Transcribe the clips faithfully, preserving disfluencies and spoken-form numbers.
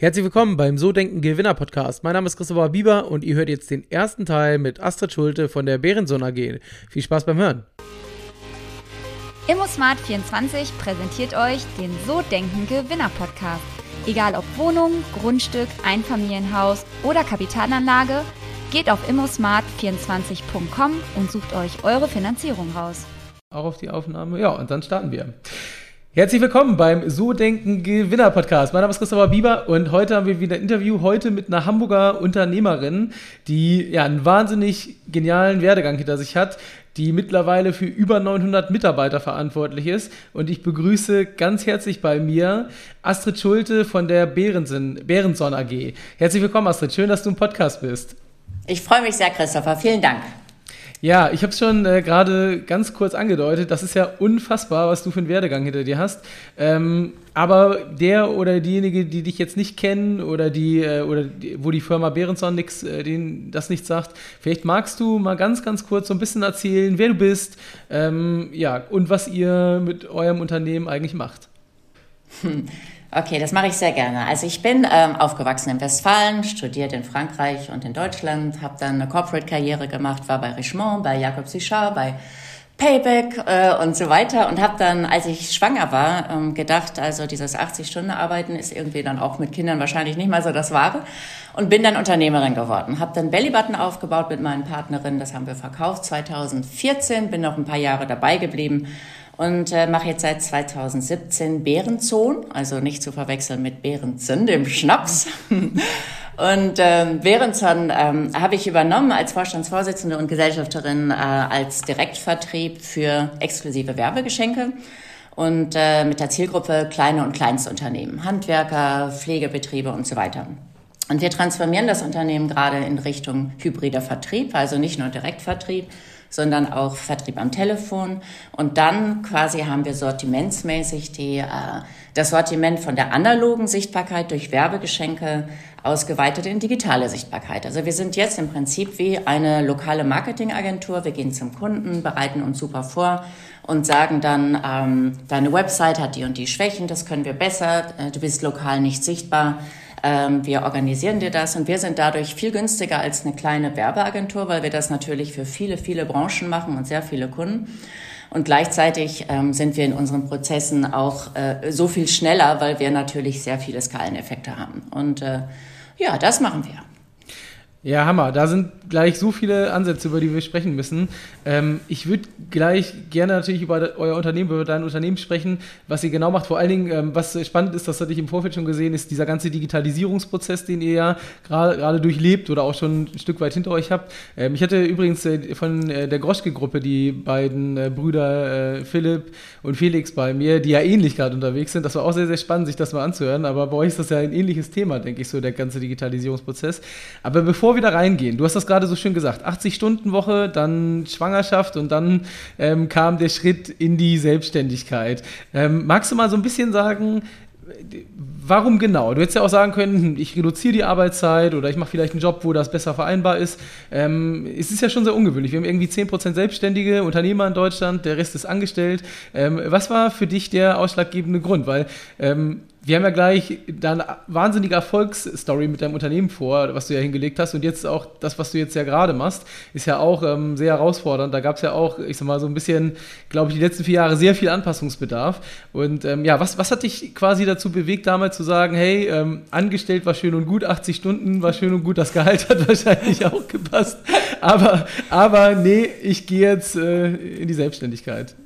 Herzlich willkommen beim So Denken Gewinner Podcast. Mein Name ist Christopher Bieber und ihr hört jetzt den ersten Teil mit Astrid Schulte von der Berenson A G. Viel Spaß beim Hören. ImmoSmart vierundzwanzig präsentiert euch den So Denken Gewinner Podcast. Egal ob Wohnung, Grundstück, Einfamilienhaus oder Kapitalanlage, geht auf immosmart vierundzwanzig punkt com und sucht euch eure Finanzierung raus. Auch auf die Aufnahme. Ja, und dann starten wir. Herzlich willkommen beim So Denken Gewinner Podcast. Mein Name ist Christopher Bieber und heute haben wir wieder ein Interview, heute mit einer Hamburger Unternehmerin, die ja einen wahnsinnig genialen Werdegang hinter sich hat, die mittlerweile für über neunhundert Mitarbeiter verantwortlich ist. Und ich begrüße ganz herzlich bei mir Astrid Schulte von der Berenson, Berenson A G. Herzlich willkommen, Astrid. Schön, dass du im Podcast bist. Ich freue mich sehr, Christopher. Vielen Dank. Ja, ich habe es schon äh, gerade ganz kurz angedeutet. Das ist ja unfassbar, was du für einen Werdegang hinter dir hast. Ähm, aber der oder diejenige, die dich jetzt nicht kennen oder die äh, oder die, wo die Firma Berenson nix, äh, denen das nicht sagt, vielleicht magst du mal ganz, ganz kurz so ein bisschen erzählen, wer du bist, ähm, ja, und was ihr mit eurem Unternehmen eigentlich macht. Hm. Okay, das mache ich sehr gerne. Also ich bin ähm, aufgewachsen in Westfalen, studiert in Frankreich und in Deutschland, habe dann eine Corporate-Karriere gemacht, war bei Richemont, bei Jacob Suchard, bei Payback äh, und so weiter und habe dann, als ich schwanger war, ähm, gedacht, also dieses achtzig-Stunden-Arbeiten ist irgendwie dann auch mit Kindern wahrscheinlich nicht mal so das Wahre und bin dann Unternehmerin geworden. Habe dann Bellybutton aufgebaut mit meinen Partnerinnen, das haben wir verkauft zweitausendvierzehn, bin noch ein paar Jahre dabei geblieben. Und äh, mache jetzt seit zweitausendsiebzehn Berenson, also nicht zu verwechseln mit Berenson, dem Schnaps. Und ähm, Berenson ähm, habe ich übernommen als Vorstandsvorsitzende und Gesellschafterin äh, als Direktvertrieb für exklusive Werbegeschenke und äh, mit der Zielgruppe kleine und Kleinstunternehmen, Handwerker, Pflegebetriebe und so weiter. Und wir transformieren das Unternehmen gerade in Richtung hybrider Vertrieb, also nicht nur Direktvertrieb, sondern auch Vertrieb am Telefon. Und dann quasi haben wir sortimentsmäßig die, äh, das Sortiment von der analogen Sichtbarkeit durch Werbegeschenke ausgeweitet in digitale Sichtbarkeit. Also wir sind jetzt im Prinzip wie eine lokale Marketingagentur. Wir gehen zum Kunden, bereiten uns super vor und sagen dann, ähm, deine Website hat die und die Schwächen, das können wir besser, äh, du bist lokal nicht sichtbar. Wir organisieren dir das und wir sind dadurch viel günstiger als eine kleine Werbeagentur, weil wir das natürlich für viele, viele Branchen machen und sehr viele Kunden. Und gleichzeitig ähm, sind wir in unseren Prozessen auch äh, so viel schneller, weil wir natürlich sehr viele Skaleneffekte haben. Und äh, ja, das machen wir. Ja, Hammer. Da sind gleich so viele Ansätze, über die wir sprechen müssen. Ähm, ich würde gleich gerne natürlich über euer Unternehmen, über dein Unternehmen sprechen, was ihr genau macht. Vor allen Dingen, ähm, was spannend ist, das hatte ich im Vorfeld schon gesehen, ist dieser ganze Digitalisierungsprozess, den ihr ja gerade durchlebt oder auch schon ein Stück weit hinter euch habt. Ähm, ich hatte übrigens äh, von äh, der Groschke-Gruppe die beiden äh, Brüder äh, Philipp und Felix bei mir, die ja ähnlich gerade unterwegs sind. Das war auch sehr, sehr spannend, sich das mal anzuhören. Aber bei euch ist das ja ein ähnliches Thema, denke ich, so der ganze Digitalisierungsprozess. Aber bevor wir da reingehen, du hast das gerade so schön gesagt, achtzig-Stunden-Woche, dann Schwangerschaft und dann ähm, kam der Schritt in die Selbstständigkeit. Ähm, magst du mal so ein bisschen sagen, warum genau? Du hättest ja auch sagen können, ich reduziere die Arbeitszeit oder ich mache vielleicht einen Job, wo das besser vereinbar ist. Ähm, es ist ja schon sehr ungewöhnlich. Wir haben irgendwie zehn Prozent selbstständige Unternehmer in Deutschland, der Rest ist angestellt. Ähm, was war für dich der ausschlaggebende Grund? Weil ähm, wir haben ja gleich da eine wahnsinnige Erfolgsstory mit deinem Unternehmen vor, was du ja hingelegt hast. Und jetzt auch das, was du jetzt ja gerade machst, ist ja auch ähm, sehr herausfordernd. Da gab es ja auch, ich sag mal, so ein bisschen, glaube ich, die letzten vier Jahre sehr viel Anpassungsbedarf. Und ähm, ja, was, was hat dich quasi dazu bewegt, damals zu sagen, hey, ähm, angestellt war schön und gut, achtzig Stunden war schön und gut, das Gehalt hat wahrscheinlich auch gepasst. Aber, aber nee, ich gehe jetzt äh, in die Selbstständigkeit.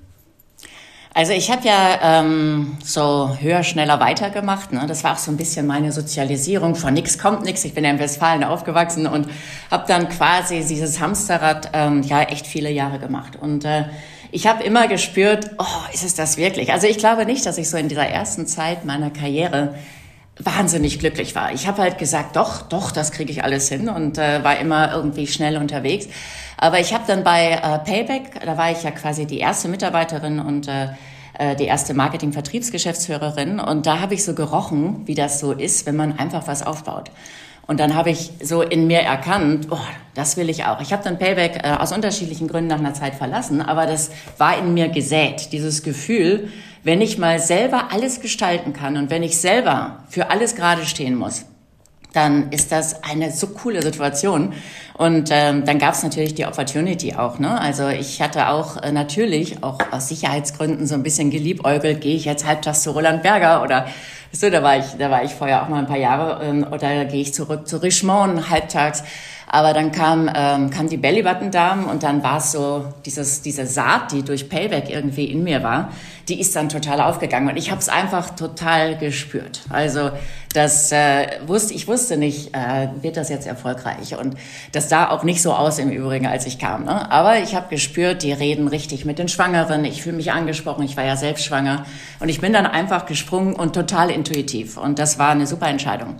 Also ich habe ja ähm, so höher, schneller weitergemacht. Ne? Das war auch so ein bisschen meine Sozialisierung. Von nix kommt nix. Ich bin ja in Westfalen aufgewachsen und habe dann quasi dieses Hamsterrad ähm, ja echt viele Jahre gemacht. Und äh, ich habe immer gespürt, oh, ist es das wirklich? Also ich glaube nicht, dass ich so in dieser ersten Zeit meiner Karriere wahnsinnig glücklich war. Ich habe halt gesagt, doch, doch, das kriege ich alles hin und äh, war immer irgendwie schnell unterwegs. Aber ich habe dann bei äh, Payback, da war ich ja quasi die erste Mitarbeiterin und äh, die erste Marketing-Vertriebsgeschäftsführerin und da habe ich so gerochen, wie das so ist, wenn man einfach was aufbaut. Und dann habe ich so in mir erkannt, oh, das will ich auch. Ich habe dann Payback äh, aus unterschiedlichen Gründen nach einer Zeit verlassen, aber das war in mir gesät, dieses Gefühl, wenn ich mal selber alles gestalten kann und wenn ich selber für alles gerade stehen muss, dann ist das eine so coole Situation. Und ähm, dann gab es natürlich die Opportunity auch. Ne? Also ich hatte auch äh, natürlich, auch aus Sicherheitsgründen, so ein bisschen geliebäugelt, gehe ich jetzt halbtags zu Roland Berger oder so, da war ich, da war ich vorher auch mal ein paar Jahre, ähm, oder gehe ich zurück zu Richemont halbtags. Aber dann kam, ähm, kam die Bellybutton-Damen und dann war es so, dieses, diese Saat, die durch Payback irgendwie in mir war, die ist dann total aufgegangen und ich habe es einfach total gespürt. Also das äh, wusste ich wusste nicht, äh, wird das jetzt erfolgreich, und das sah auch nicht so aus im Übrigen, als ich kam. Ne? Aber ich habe gespürt, die reden richtig mit den Schwangeren. Ich fühle mich angesprochen. Ich war ja selbst schwanger und ich bin dann einfach gesprungen und total intuitiv, und das war eine super Entscheidung.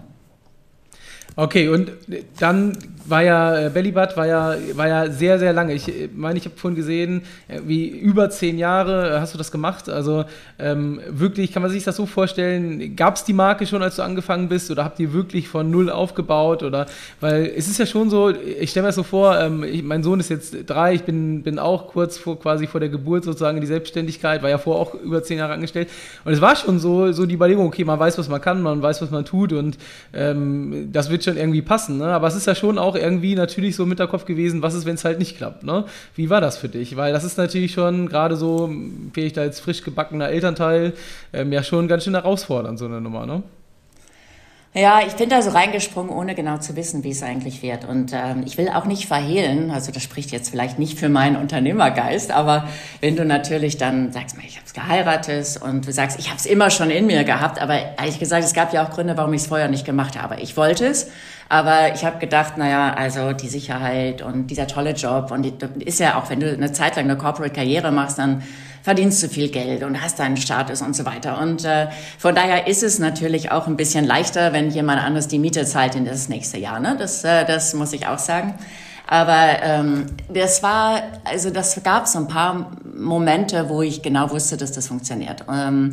Okay, und dann war ja Bellybutt war ja war ja sehr sehr lange. Ich meine, ich habe vorhin gesehen, wie über zehn Jahre hast du das gemacht. Also ähm, wirklich, kann man sich das so vorstellen? Gab es die Marke schon, als du angefangen bist, oder habt ihr wirklich von null aufgebaut? Oder weil es ist ja schon so, ich stelle mir das so vor, ähm, ich, mein Sohn ist jetzt drei, ich bin bin auch kurz vor quasi vor der Geburt sozusagen in die Selbstständigkeit, war ja vorher auch über zehn Jahre angestellt, und es war schon so so die Überlegung, okay, man weiß, was man kann, man weiß, was man tut, und ähm, das wird schon irgendwie passen, ne? Aber es ist ja schon auch irgendwie natürlich so im Hinterkopf gewesen, was ist, wenn es halt nicht klappt, ne? Wie war das für dich? Weil das ist natürlich schon gerade so, vielleicht als frisch gebackener Elternteil, ähm, ja schon ganz schön herausfordernd, so eine Nummer, ne? Ja, ich bin da so reingesprungen, ohne genau zu wissen, wie es eigentlich wird. Und ähm, ich will auch nicht verhehlen, also das spricht jetzt vielleicht nicht für meinen Unternehmergeist, aber wenn du natürlich dann sagst, ich habe es geheiratet und du sagst, ich habe es immer schon in mir gehabt, aber ehrlich gesagt, es gab ja auch Gründe, warum ich es vorher nicht gemacht habe. Ich wollte es, aber ich habe gedacht, naja, also die Sicherheit und dieser tolle Job, und die, ist ja auch, wenn du eine Zeit lang eine Corporate-Karriere machst, dann verdienst du viel Geld und hast deinen Status und so weiter. Und äh, von daher ist es natürlich auch ein bisschen leichter, wenn jemand anderes die Miete zahlt in das nächste Jahr. Ne? Das, äh, das muss ich auch sagen. Aber ähm, das war, also das gab so ein paar Momente, wo ich genau wusste, dass das funktioniert. Ähm,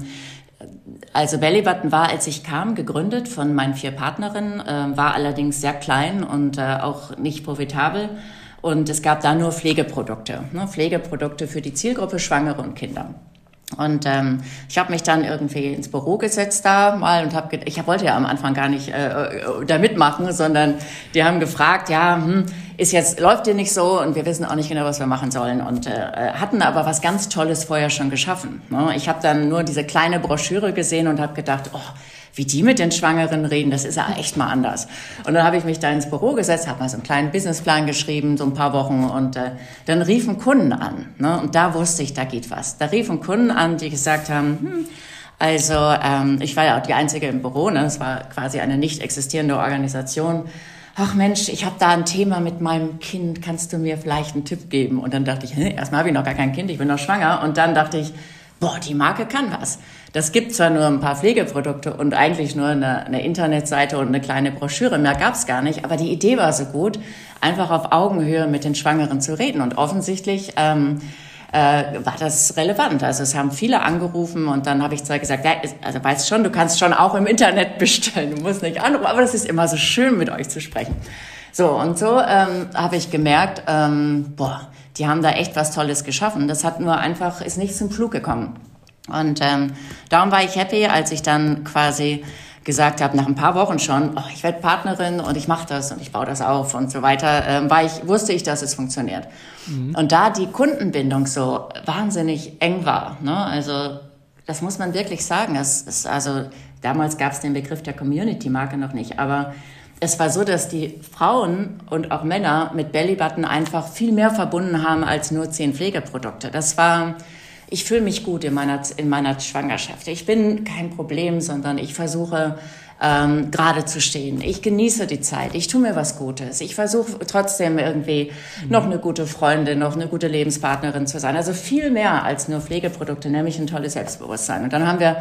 Also Bellybutton war, als ich kam, gegründet von meinen vier Partnerinnen, äh, war allerdings sehr klein und äh, auch nicht profitabel. Und es gab da nur Pflegeprodukte, ne? Pflegeprodukte für die Zielgruppe Schwangere und Kinder. Und ähm, ich habe mich dann irgendwie ins Büro gesetzt da mal und habe, ich wollte ja am Anfang gar nicht äh, da mitmachen, sondern die haben gefragt, ja, hm, ist jetzt läuft dir nicht so, und wir wissen auch nicht genau, was wir machen sollen, und äh, hatten aber was ganz Tolles vorher schon geschaffen. Ne? Ich habe dann nur diese kleine Broschüre gesehen und habe gedacht, oh, wie die mit den Schwangeren reden, das ist ja echt mal anders. Und dann habe ich mich da ins Büro gesetzt, habe mal so einen kleinen Businessplan geschrieben, so ein paar Wochen, und äh, dann riefen Kunden an. Ne? Und da wusste ich, da geht was. Da riefen Kunden an, die gesagt haben, hm, also ähm, ich war ja auch die Einzige im Büro, ne? Es war quasi eine nicht existierende Organisation. Ach Mensch, ich habe da ein Thema mit meinem Kind, kannst du mir vielleicht einen Tipp geben? Und dann dachte ich, erstmal habe ich noch gar kein Kind, ich bin noch schwanger. Und dann dachte ich, boah, die Marke kann was. Das gibt zwar nur ein paar Pflegeprodukte und eigentlich nur eine, eine Internetseite und eine kleine Broschüre, mehr gab's gar nicht, aber die Idee war so gut, einfach auf Augenhöhe mit den Schwangeren zu reden, und offensichtlich ähm, äh, war das relevant. Also es haben viele angerufen, und dann habe ich zwar gesagt, ja, also weißt schon, du kannst schon auch im Internet bestellen, du musst nicht anrufen, aber das ist immer so schön, mit euch zu sprechen. So, und so ähm, habe ich gemerkt, ähm, boah, die haben da echt was Tolles geschaffen. Das hat nur einfach, ist nicht zum Flug gekommen. Und ähm, darum war ich happy, als ich dann quasi gesagt habe, nach ein paar Wochen schon, oh, ich werde Partnerin und ich mache das und ich baue das auf und so weiter, ähm, war ich, wusste ich, dass es funktioniert. Mhm. Und da die Kundenbindung so wahnsinnig eng war, ne, also das muss man wirklich sagen, das ist, also damals gab es den Begriff der Community-Marke noch nicht, aber es war so, dass die Frauen und auch Männer mit Bellybutton einfach viel mehr verbunden haben als nur zehn Pflegeprodukte. Das war, ich fühle mich gut in meiner, in meiner Schwangerschaft. Ich bin kein Problem, sondern ich versuche ähm, gerade zu stehen. Ich genieße die Zeit. Ich tue mir was Gutes. Ich versuche trotzdem irgendwie mhm. noch eine gute Freundin, noch eine gute Lebenspartnerin zu sein. Also viel mehr als nur Pflegeprodukte, nämlich ein tolles Selbstbewusstsein. Und dann haben wir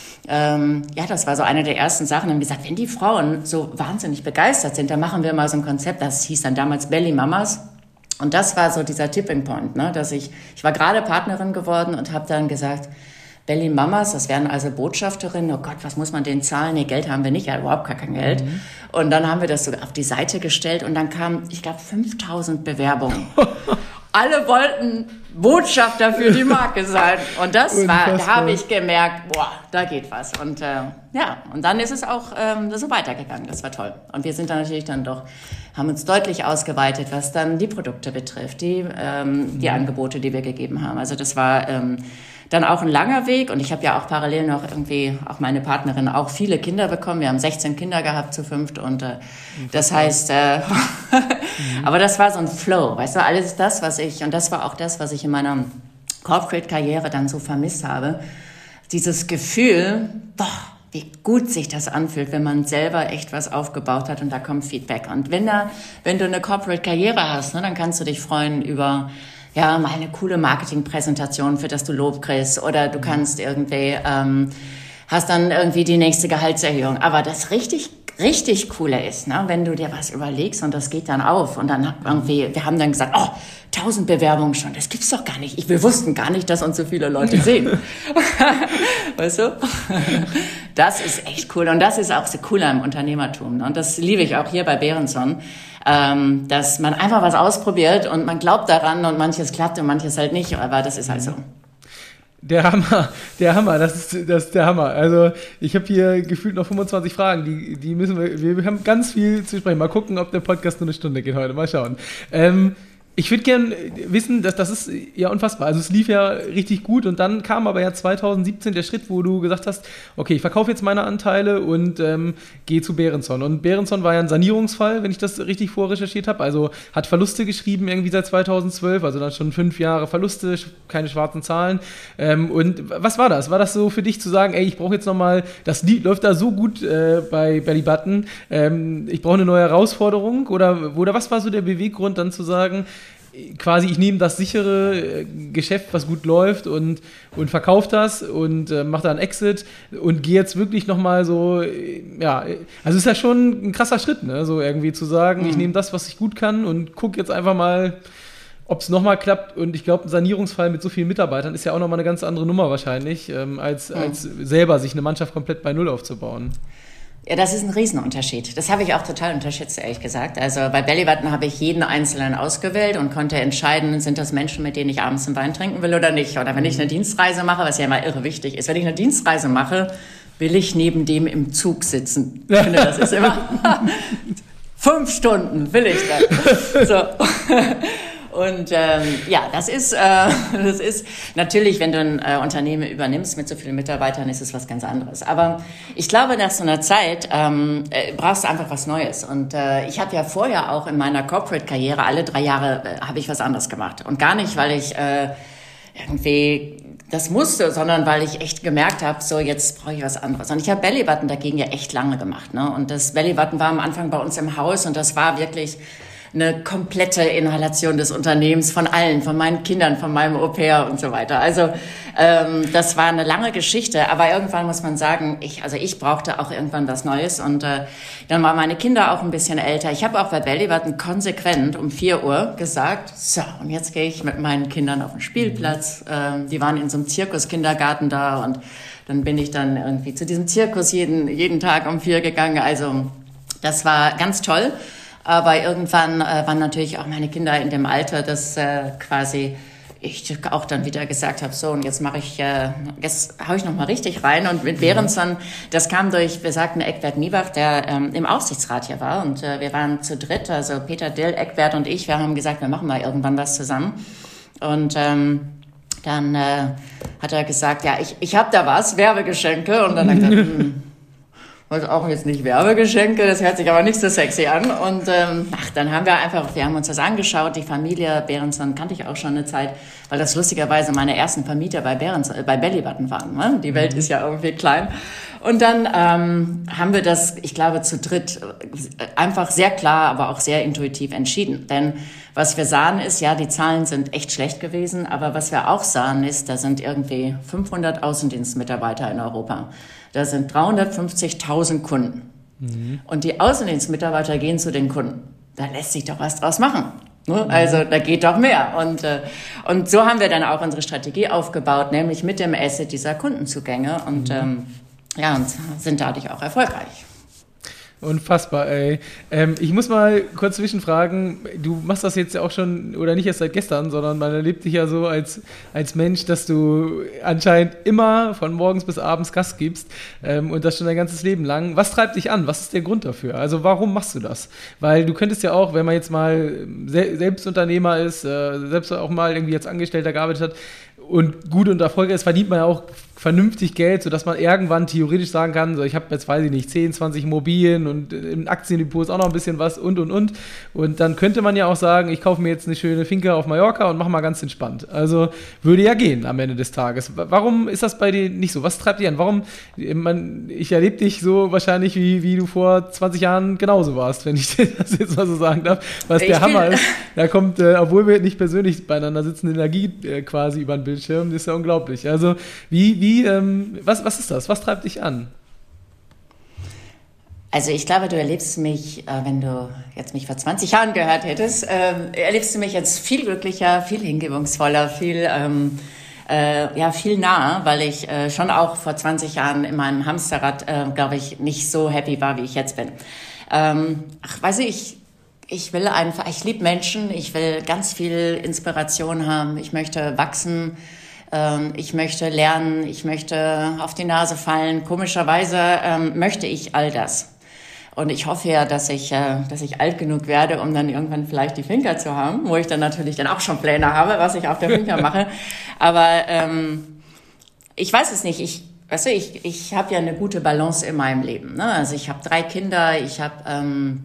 Ähm, ja, das war so eine der ersten Sachen. Wir haben gesagt, wenn die Frauen so wahnsinnig begeistert sind, dann machen wir mal so ein Konzept, das hieß dann damals Belly Mamas. Und das war so dieser Tipping Point, ne, dass ich, ich war gerade Partnerin geworden und habe dann gesagt, Belly Mamas, das wären also Botschafterinnen, oh Gott, was muss man denen zahlen? Nee, Geld haben wir nicht, ja, überhaupt gar kein Geld. Mhm. Und dann haben wir das so auf die Seite gestellt und dann kamen, ich glaube, fünftausend Bewerbungen. Alle wollten Botschafter für die Marke sein. Und das Unfassbar. war, da habe ich gemerkt, boah, da geht was. Und äh, ja, und dann ist es auch ähm, so weitergegangen. Das war toll. Und wir sind dann natürlich dann doch, haben uns deutlich ausgeweitet, was dann die Produkte betrifft, die, ähm, die mhm. Angebote, die wir gegeben haben. Also das war ähm, dann auch ein langer Weg. Und ich habe ja auch parallel noch irgendwie, auch meine Partnerin, auch viele Kinder bekommen. Wir haben sechzehn Kinder gehabt zu fünft. Und äh, das heißt, äh, mhm. aber das war so ein Flow. Weißt du, alles das, was ich, und das war auch das, was ich in meiner Corporate-Karriere dann so vermisst habe. Dieses Gefühl, boah, wie gut sich das anfühlt, wenn man selber echt was aufgebaut hat und da kommt Feedback. Und wenn da, wenn du eine Corporate-Karriere hast, ne, dann kannst du dich freuen über, ja, mal eine coole Marketingpräsentation, für das du Lob kriegst, oder du kannst irgendwie, ähm, hast dann irgendwie die nächste Gehaltserhöhung. Aber das richtig, richtig Coole ist, ne, wenn du dir was überlegst und das geht dann auf und dann irgendwie, wir haben dann gesagt, oh, tausend Bewerbungen schon, das gibt's doch gar nicht. Ich, wir wussten gar nicht, dass uns so viele Leute sehen. Weißt du? Das ist echt cool und das ist auch so cool am Unternehmertum. Und das liebe ich auch hier bei Berenson, ähm, dass man einfach was ausprobiert und man glaubt daran und manches klappt und manches halt nicht, aber das ist halt so. Der Hammer, der Hammer, das ist, das ist der Hammer. Also ich habe hier gefühlt noch fünfundzwanzig Fragen, die, die müssen wir, wir haben ganz viel zu sprechen. Mal gucken, ob der Podcast nur eine Stunde geht heute, mal schauen. Ähm, Ich würde gerne wissen, dass das ist ja unfassbar. Also es lief ja richtig gut und dann kam aber ja zwanzig siebzehn der Schritt, wo du gesagt hast, okay, ich verkaufe jetzt meine Anteile und ähm, gehe zu Berenson. Und Berenson war ja ein Sanierungsfall, wenn ich das richtig vorrecherchiert habe. Also hat Verluste geschrieben irgendwie seit zweitausendzwölf, also dann schon fünf Jahre Verluste, keine schwarzen Zahlen. Ähm, und was war das? War das so für dich zu sagen, ey, ich brauche jetzt nochmal, das läuft da so gut äh, bei Belly Button, ähm, ich brauche eine neue Herausforderung? Oder, oder was war so der Beweggrund dann zu sagen, quasi, ich nehme das sichere Geschäft, was gut läuft und, und verkaufe das und äh, mache da einen Exit und gehe jetzt wirklich nochmal so, ja, also ist ja schon ein krasser Schritt, ne, so irgendwie zu sagen, mhm. ich nehme das, was ich gut kann und gucke jetzt einfach mal, ob es nochmal klappt. Und ich glaube, ein Sanierungsfall mit so vielen Mitarbeitern ist ja auch nochmal eine ganz andere Nummer wahrscheinlich, ähm, als, mhm. als selber sich eine Mannschaft komplett bei Null aufzubauen. Ja, das ist ein Riesenunterschied. Das habe ich auch total unterschätzt, ehrlich gesagt. Also bei Belly Button habe ich jeden Einzelnen ausgewählt und konnte entscheiden, sind das Menschen, mit denen ich abends einen Wein trinken will oder nicht. Oder wenn ich eine Dienstreise mache, was ja immer irre wichtig ist, wenn ich eine Dienstreise mache, will ich neben dem im Zug sitzen. Ich finde, das ist immer fünf Stunden will ich dann. So. Und ähm, ja, das ist, äh, das ist natürlich, wenn du ein äh, Unternehmen übernimmst mit so vielen Mitarbeitern, ist es was ganz anderes. Aber ich glaube, nach so einer Zeit ähm, äh, brauchst du einfach was Neues. Und äh, ich habe ja vorher auch in meiner Corporate-Karriere alle drei Jahre äh, habe ich was anderes gemacht. Und gar nicht, weil ich äh, irgendwie das musste, sondern weil ich echt gemerkt habe, so jetzt brauche ich was anderes. Und ich habe Belly Button dagegen ja echt lange gemacht, ne? Und das Belly Button war am Anfang bei uns im Haus und das war wirklich eine komplette Inhalation des Unternehmens von allen, von meinen Kindern, von meinem Au-pair und so weiter. Also ähm, das war eine lange Geschichte, aber irgendwann muss man sagen, ich also ich brauchte auch irgendwann was Neues und äh, dann waren meine Kinder auch ein bisschen älter. Ich habe auch bei Belly Button konsequent um vier Uhr gesagt, so und jetzt gehe ich mit meinen Kindern auf den Spielplatz. Ähm, die waren in so einem Zirkuskindergarten da und dann bin ich dann irgendwie zu diesem Zirkus jeden jeden Tag um vier gegangen. Also das war ganz toll. Aber irgendwann äh, waren natürlich auch meine Kinder in dem Alter, dass äh, quasi ich auch dann wieder gesagt habe, so und jetzt mache ich, äh, jetzt hau ich noch mal richtig rein. Und mit Berenson, das kam durch besagten Egbert Niebach, der ähm, im Aufsichtsrat hier war. Und äh, wir waren zu dritt, also Peter Dill, Egbert und ich, wir haben gesagt, wir machen mal irgendwann was zusammen. Und ähm, dann äh, hat er gesagt, ja, ich, ich habe da was, Werbegeschenke. Und dann hat er gesagt, hm, wollte auch jetzt nicht Werbegeschenke, das hört sich aber nicht so sexy an. Und ähm, ach, dann haben wir einfach, wir haben uns das angeschaut. Die Familie Berenson kannte ich auch schon eine Zeit, weil das lustigerweise meine ersten Vermieter bei Berenson, äh, bei Belly Button waren. Ne? Die Welt ist ja irgendwie klein. Und dann ähm, haben wir das, ich glaube, zu dritt einfach sehr klar, aber auch sehr intuitiv entschieden. Denn was wir sahen ist, ja, die Zahlen sind echt schlecht gewesen, aber was wir auch sahen ist, da sind irgendwie fünfhundert Außendienstmitarbeiter in Europa. Da sind dreihundertfünfzigtausend Kunden. Mhm. Und die Außendienstmitarbeiter gehen zu den Kunden. Da lässt sich doch was draus machen. Ne? Mhm. Also da geht doch mehr. Und, äh, und so haben wir dann auch unsere Strategie aufgebaut, nämlich mit dem Asset dieser Kundenzugänge. Und, mhm. ähm, ja, und sind dadurch auch erfolgreich. Unfassbar, ey. Ähm, ich muss mal kurz zwischenfragen, du machst das jetzt ja auch schon, oder nicht erst seit gestern, sondern man erlebt dich ja so als, als Mensch, dass du anscheinend immer von morgens bis abends Gas gibst ähm, und das schon dein ganzes Leben lang. Was treibt dich an? Was ist der Grund dafür? Also warum machst du das? Weil du könntest ja auch, wenn man jetzt mal se- Selbstunternehmer ist, äh, selbst auch mal irgendwie als Angestellter gearbeitet hat, und gut und erfolgreich ist, verdient man ja auch vernünftig Geld, sodass man irgendwann theoretisch sagen kann, so ich habe jetzt, weiß ich nicht, zehn, zwanzig Immobilien und im Aktiendepot ist auch noch ein bisschen was und, und, und. Und dann könnte man ja auch sagen, ich kaufe mir jetzt eine schöne Finca auf Mallorca und mache mal ganz entspannt. Also würde ja gehen am Ende des Tages. Warum ist das bei dir nicht so? Was treibt dich an? Warum, man, ich erlebe dich so wahrscheinlich, wie, wie du vor zwanzig Jahren genauso warst, wenn ich das jetzt mal so sagen darf. Was der Hammer ist, da kommt, äh, obwohl wir nicht persönlich beieinander sitzen, Energie äh, quasi über den Bildschirm, das ist ja unglaublich. Also wie, wie Wie, ähm, was, was ist das? Was treibt dich an? Also ich glaube, du erlebst mich, äh, wenn du jetzt mich vor zwanzig Jahren gehört hättest, äh, erlebst du mich jetzt viel glücklicher, viel hingebungsvoller, viel, ähm, äh, ja, viel naher, weil ich äh, schon auch vor zwanzig Jahren in meinem Hamsterrad, äh, glaube ich, nicht so happy war, wie ich jetzt bin. Ähm, ach, weiß ich, ich will einfach, ich liebe Menschen, ich will ganz viel Inspiration haben, ich möchte wachsen. Ich möchte lernen, ich möchte auf die Nase fallen. Komischerweise ähm, möchte ich all das. Und ich hoffe ja, dass ich, äh, dass ich alt genug werde, um dann irgendwann vielleicht die Finca zu haben, wo ich dann natürlich dann auch schon Pläne habe, was ich auf der Finca mache. Aber ähm, ich weiß es nicht. Ich, weißt du, ich, ich habe ja eine gute Balance in meinem Leben. Ne? Also ich habe drei Kinder, ich habe ähm,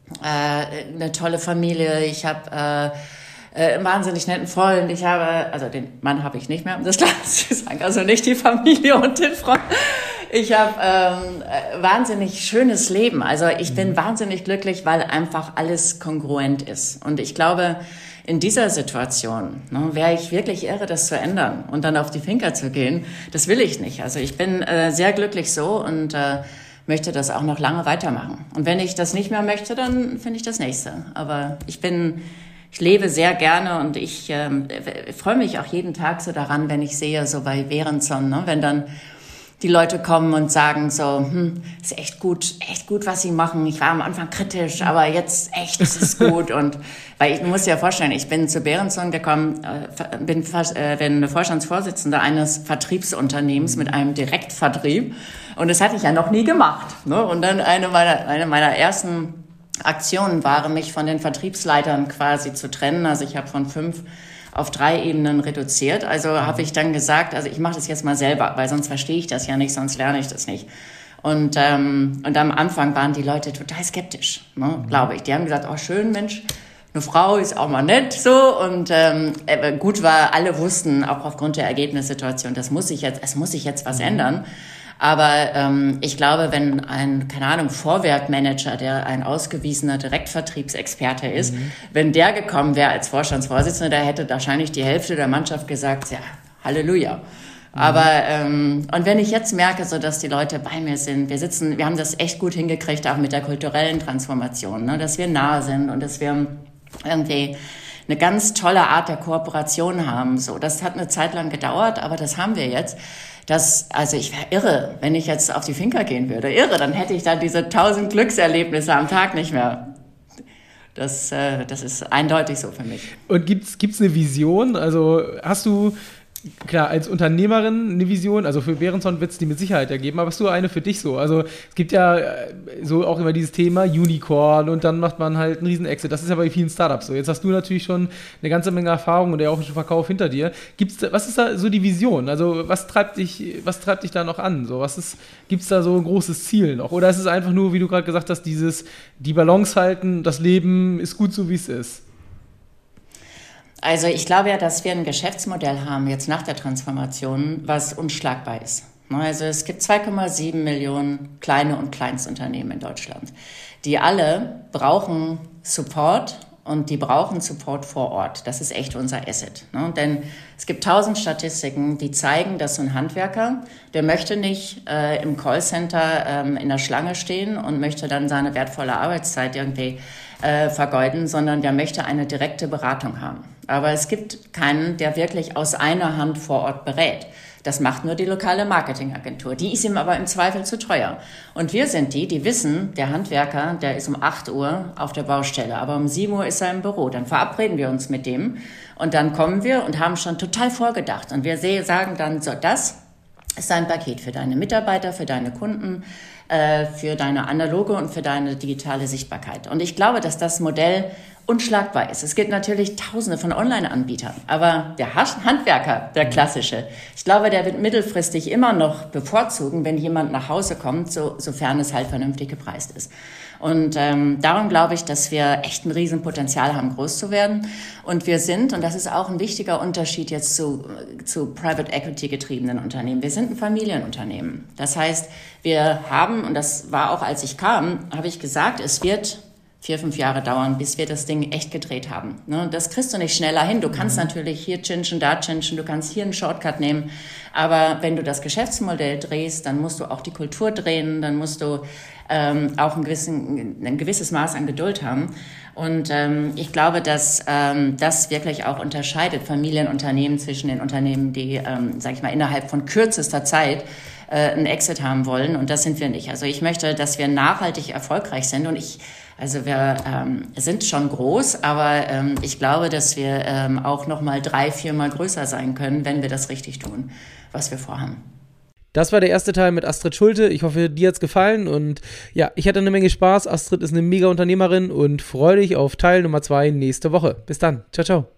äh, eine tolle Familie, ich habe äh, Äh, einen wahnsinnig netten Freund. Ich habe, also den Mann habe ich nicht mehr, um das klar zu sagen, also nicht die Familie und den Freund. Ich habe ähm, äh, wahnsinnig schönes Leben. Also ich bin wahnsinnig glücklich, weil einfach alles kongruent ist. Und ich glaube, in dieser Situation ne, wäre ich wirklich irre, das zu ändern und dann auf die Finca zu gehen. Das will ich nicht. Also ich bin äh, sehr glücklich so und äh, möchte das auch noch lange weitermachen. Und wenn ich das nicht mehr möchte, dann finde ich das Nächste. Aber ich bin Ich lebe sehr gerne und ich ähm, freue mich auch jeden Tag so daran, wenn ich sehe, so bei Berenson, ne, wenn dann die Leute kommen und sagen so, hm, ist echt gut, echt gut, was sie machen. Ich war am Anfang kritisch, aber jetzt echt, es ist gut. Und weil ich muss dir ja vorstellen, ich bin zu Berenson gekommen, äh, bin, äh, bin Vorstandsvorsitzende eines Vertriebsunternehmens mit einem Direktvertrieb und das hatte ich ja noch nie gemacht. Ne? Und dann eine meiner, eine meiner ersten Aktionen waren, mich von den Vertriebsleitern quasi zu trennen. Also ich habe von fünf auf drei Ebenen reduziert. Also habe ich dann gesagt, also ich mache das jetzt mal selber, weil sonst verstehe ich das ja nicht, sonst lerne ich das nicht. Und ähm, und am Anfang waren die Leute total skeptisch, ne, glaube ich. Die haben gesagt, oh schön, Mensch, eine Frau ist auch mal nett so. Und ähm, gut war, alle wussten, auch aufgrund der Ergebnissituation, das muss sich jetzt, es muss sich jetzt was ändern. Aber ähm, ich glaube, wenn ein, keine Ahnung, Vorwerkmanager, der ein ausgewiesener Direktvertriebsexperte ist, mhm. wenn der gekommen wäre als Vorstandsvorsitzender, da hätte wahrscheinlich die Hälfte der Mannschaft gesagt, ja, Halleluja. Mhm. Aber ähm, und wenn ich jetzt merke, so dass die Leute bei mir sind, wir sitzen, wir haben das echt gut hingekriegt, auch mit der kulturellen Transformation, ne, dass wir nah sind und dass wir irgendwie eine ganz tolle Art der Kooperation haben. So, das hat eine Zeit lang gedauert, aber das haben wir jetzt. Das, also ich wäre irre, wenn ich jetzt auf die Finca gehen würde. Irre, dann hätte ich da diese tausend Glückserlebnisse am Tag nicht mehr. Das, äh, das ist eindeutig so für mich. Und gibt's, gibt's eine Vision? Also hast du, klar, als Unternehmerin eine Vision, also für Berenson wird es die mit Sicherheit ergeben, aber hast du eine für dich so? Also es gibt ja so auch immer dieses Thema Unicorn und dann macht man halt einen riesen Exit. Das ist ja bei vielen Startups so. Jetzt hast du natürlich schon eine ganze Menge Erfahrung und ja auch schon Verkauf hinter dir. Gibt's, was ist da so die Vision? Also was treibt dich, was treibt dich da noch an? So, was ist, gibt's da so ein großes Ziel noch? Oder ist es einfach nur, wie du gerade gesagt hast, dieses, die Balance halten, das Leben ist gut so, wie es ist? Also ich glaube ja, dass wir ein Geschäftsmodell haben jetzt nach der Transformation, was unschlagbar ist. Also es gibt zwei Komma sieben Millionen kleine und Kleinstunternehmen in Deutschland. Die alle brauchen Support und die brauchen Support vor Ort. Das ist echt unser Asset. Denn Es gibt tausend Statistiken, die zeigen, dass so ein Handwerker, der möchte nicht äh, im Callcenter ähm, in der Schlange stehen und möchte dann seine wertvolle Arbeitszeit irgendwie äh, vergeuden, sondern der möchte eine direkte Beratung haben. Aber es gibt keinen, der wirklich aus einer Hand vor Ort berät. Das macht nur die lokale Marketingagentur. Die ist ihm aber im Zweifel zu teuer. Und wir sind die, die wissen, der Handwerker, der ist um acht Uhr auf der Baustelle, aber um sieben Uhr ist er im Büro. Dann verabreden wir uns mit dem und dann kommen wir und haben schon total vorgedacht. Und wir sagen dann, so, das ist ein Paket für deine Mitarbeiter, für deine Kunden, äh, für deine analoge und für deine digitale Sichtbarkeit. Und ich glaube, dass das Modell unschlagbar ist. Es gibt natürlich tausende von Online-Anbietern, aber der Handwerker, der klassische, ich glaube, der wird mittelfristig immer noch bevorzugen, wenn jemand nach Hause kommt, so, sofern es halt vernünftig gepreist ist. Und ähm, darum glaube ich, dass wir echt ein Riesenpotenzial haben, groß zu werden. Und wir sind, und das ist auch ein wichtiger Unterschied jetzt zu, zu Private Equity getriebenen Unternehmen, wir sind ein Familienunternehmen. Das heißt, wir haben, und das war auch, als ich kam, habe ich gesagt, es wird vier, fünf Jahre dauern, bis wir das Ding echt gedreht haben. Ne? Das kriegst du nicht schneller hin. Du kannst mhm. natürlich hier chinchen, da chinchen, du kannst hier einen Shortcut nehmen. Aber wenn du das Geschäftsmodell drehst, dann musst du auch die Kultur drehen, dann musst du ähm, auch ein, gewissen, ein gewisses Maß an Geduld haben. Und ähm, ich glaube, dass ähm, das wirklich auch unterscheidet Familienunternehmen zwischen den Unternehmen, die, ähm, sag ich mal, innerhalb von kürzester Zeit äh, einen Exit haben wollen. Und das sind wir nicht. Also ich möchte, dass wir nachhaltig erfolgreich sind. Und ich Also wir ähm, sind schon groß, aber ähm, ich glaube, dass wir ähm, auch noch mal drei, viermal größer sein können, wenn wir das richtig tun, was wir vorhaben. Das war der erste Teil mit Astrid Schulte. Ich hoffe, dir hat's gefallen und ja, ich hatte eine Menge Spaß. Astrid ist eine mega Unternehmerin und freue dich auf Teil Nummer zwei nächste Woche. Bis dann. Ciao, ciao.